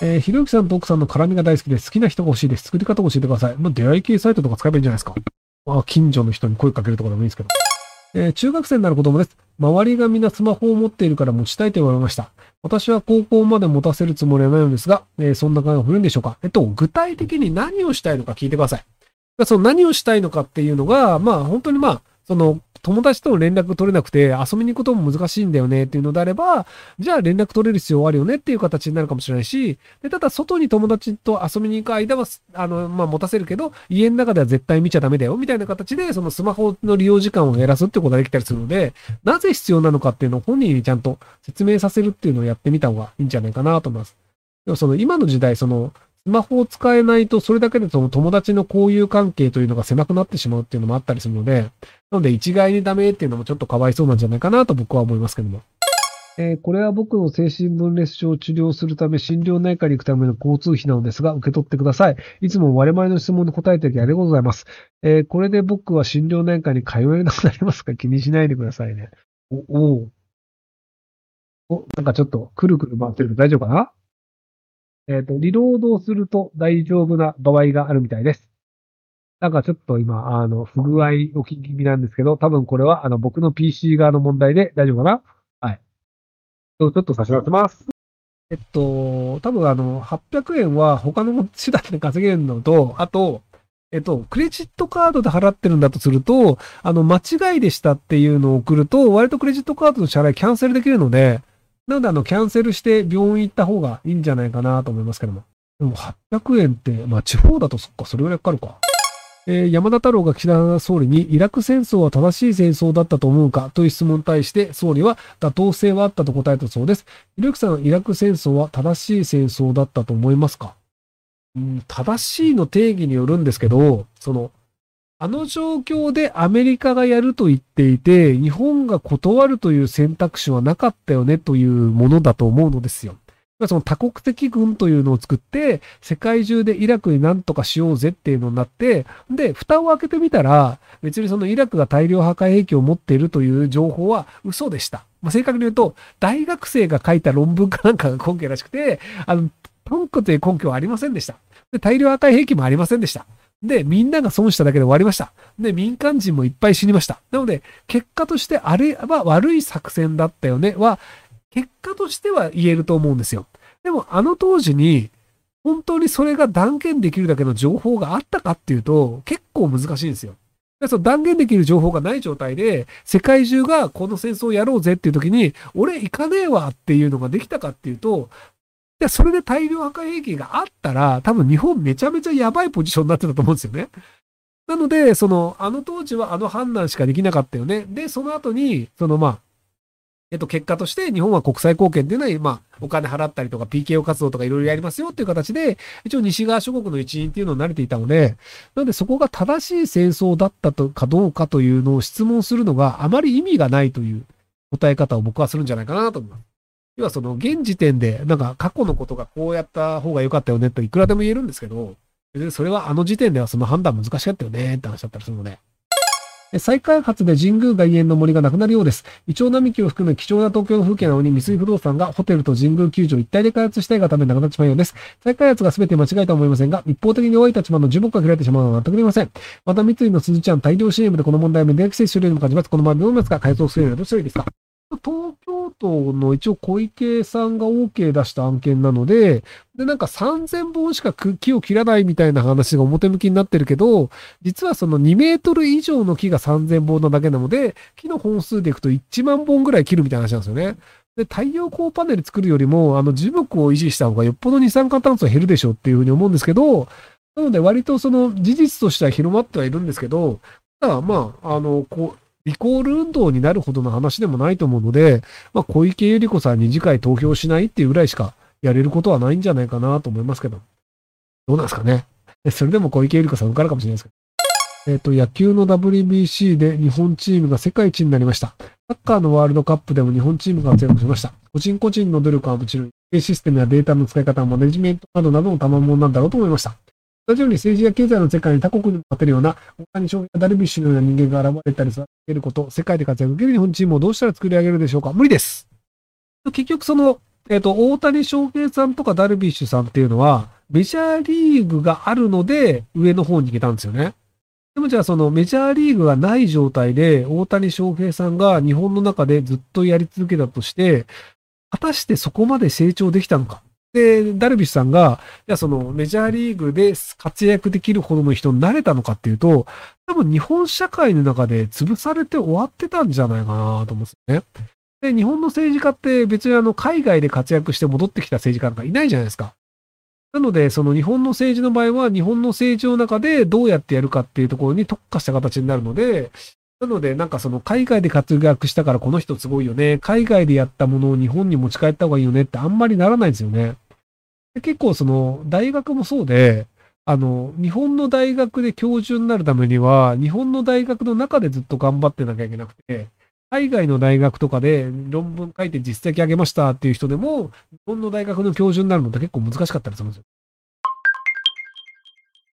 ひろゆきさんと奥さんの絡みが大好きです。好きな人が欲しいです。作り方を教えてください。まあ、出会い系サイトとか使えばいいんじゃないですか。まあ、近所の人に声かけるとかでもいいですけど。中学生になる子供です。周りがみんなスマホを持っているから持ちたいと言われました。私は高校まで持たせるつもりはないのですが、そんな考えが古いんでしょうか。具体的に何をしたいのか聞いてください。その何をしたいのかっていうのが、まあ本当にその友達との連絡取れなくて遊びに行くことも難しいんだよねっていうのであれば、じゃあ連絡取れる必要あるよねっていう形になるかもしれないし、でただ外に友達と遊びに行く間は、持たせるけど、家の中では絶対見ちゃダメだよみたいな形で、そのスマホの利用時間を減らすってことができたりするので、なぜ必要なのかっていうのを本人にちゃんと説明させるっていうのをやってみた方がいいんじゃないかなと思います。でもその今の時代、スマホを使えないと、それだけでその友達の交友関係というのが狭くなってしまうっていうのもあったりするので、なので一概にダメっていうのもちょっとかわいそうなんじゃないかなと僕は思いますけども。これは僕の精神分裂症を治療するため、心療内科に行くための交通費なのですが、受け取ってください。いつも我々の質問に答えていただきありがとうございます。これで僕は心療内科に通えなくなりますか？気にしないでくださいね。なんかちょっとくるくる回ってるけど大丈夫かな？リロードをすると大丈夫な場合があるみたいです。なんかちょっと今、不具合起き気味なんですけど、多分これは、僕の PC 側の問題で大丈夫かな？はい。ちょっと差し出せます。多分800円は他の手段で稼げるのと、あと、クレジットカードで払ってるんだとすると、間違いでしたっていうのを送ると、割とクレジットカードの支払いキャンセルできるので、なのでキャンセルして病院行った方がいいんじゃないかなと思いますけども。でも800円って、まあ地方だとそっか、それぐらいかかるか。山田太郎が岸田総理にイラク戦争は正しい戦争だったと思うかという質問に対して総理は妥当性はあったと答えたそうです。ひろゆきさん、イラク戦争は正しい戦争だったと思いますか？正しいの定義によるんですけど、あの状況でアメリカがやると言っていて、日本が断るという選択肢はなかったよねというものだと思うのですよ。その多国籍軍というのを作って、世界中でイラクに何とかしようぜっていうのになって、で、蓋を開けてみたら、別にそのイラクが大量破壊兵器を持っているという情報は嘘でした。正確に言うと、大学生が書いた論文かなんかが根拠らしくて、根拠という根拠はありませんでした。で、大量破壊兵器もありませんでした。で、みんなが損しただけで終わりました。で、民間人もいっぱい死にました。なので、結果としてあれは悪い作戦だったよねは、結果としては言えると思うんですよ。でも、あの当時に、本当にそれが断言できるだけの情報があったかっていうと、結構難しいんですよ。その断言できる情報がない状態で、世界中がこの戦争をやろうぜっていう時に、俺行かねえわっていうのができたかっていうと、それで大量破壊兵器があったら、多分日本めちゃめちゃやばいポジションになってたと思うんですよね。なので、あの当時はあの判断しかできなかったよね。で、その後に、結果として日本は国際貢献っていうのは、お金払ったりとか PKO 活動とかいろいろやりますよっていう形で、一応西側諸国の一員っていうのに慣れていたので、なのでそこが正しい戦争だったかどうかというのを質問するのがあまり意味がないという答え方を僕はするんじゃないかなと思います。要は現時点で、なんか過去のことがこうやった方が良かったよねといくらでも言えるんですけど、別にそれはあの時点ではその判断難しかったよねって話だったりするので。再開発で神宮外苑の森がなくなるようです。イチョウ並木を含め貴重な東京の風景なのに三井不動産がホテルと神宮球場一体で開発したいがためなくなってしまうようです。再開発が全て間違いとは思いませんが、一方的に弱い立場の樹木が切られてしまうのは全くありません。また三井の鈴ちゃん大量 CM でこの問題をメディア規制するようにも感じます。この場合どう思いますか？改造するようにどうしたらいいですか？東京都の一応小池さんが OK 出した案件なので、なんか3000本しか木を切らないみたいな話が表向きになってるけど、実はその2メートル以上の木が3000本なだけなので、木の本数でいくと1万本ぐらい切るみたいな話なんですよね。で、太陽光パネル作るよりも、樹木を維持した方がよっぽど二酸化炭素減るでしょうっていうふうに思うんですけど、なので割とその事実としては広まってはいるんですけど、ただリコール運動になるほどの話でもないと思うので、小池百合子さんに次回投票しないっていうぐらいしかやれることはないんじゃないかなと思いますけど。どうなんですかね。それでも小池百合子さん受かるかもしれないですけど。野球の WBC で日本チームが世界一になりました。サッカーのワールドカップでも日本チームが活躍しました。個人個人の努力はもちろん、システムやデータの使い方、マネジメントなどなどの賜物なんだろうと思いました。同じように政治や経済の世界に他国にも勝てるような、大谷翔平やダルビッシュのような人間が現れたり育てること、世界で活躍できる日本チームをどうしたら作り上げるでしょうか？無理です。結局大谷翔平さんとかダルビッシュさんっていうのは、メジャーリーグがあるので、上の方に行けたんですよね。でもじゃあそのメジャーリーグがない状態で、大谷翔平さんが日本の中でずっとやり続けたとして、果たしてそこまで成長できたのか。で、ダルビッシュさんが、じゃあそのメジャーリーグで活躍できるほどの人になれたのかっていうと、多分日本社会の中で潰されて終わってたんじゃないかなと思うんですよね。で、日本の政治家って別に海外で活躍して戻ってきた政治家なんかいないじゃないですか。なので、その日本の政治の場合は、日本の政治の中でどうやってやるかっていうところに特化した形になるので、なので、なんかその海外で活躍したからこの人すごいよね。海外でやったものを日本に持ち帰った方がいいよねってあんまりならないんですよね。で結構その大学もそうで、日本の大学で教授になるためには、日本の大学の中でずっと頑張ってなきゃいけなくて、海外の大学とかで論文書いて実績上げましたっていう人でも、日本の大学の教授になるのって結構難しかったりするんですよ。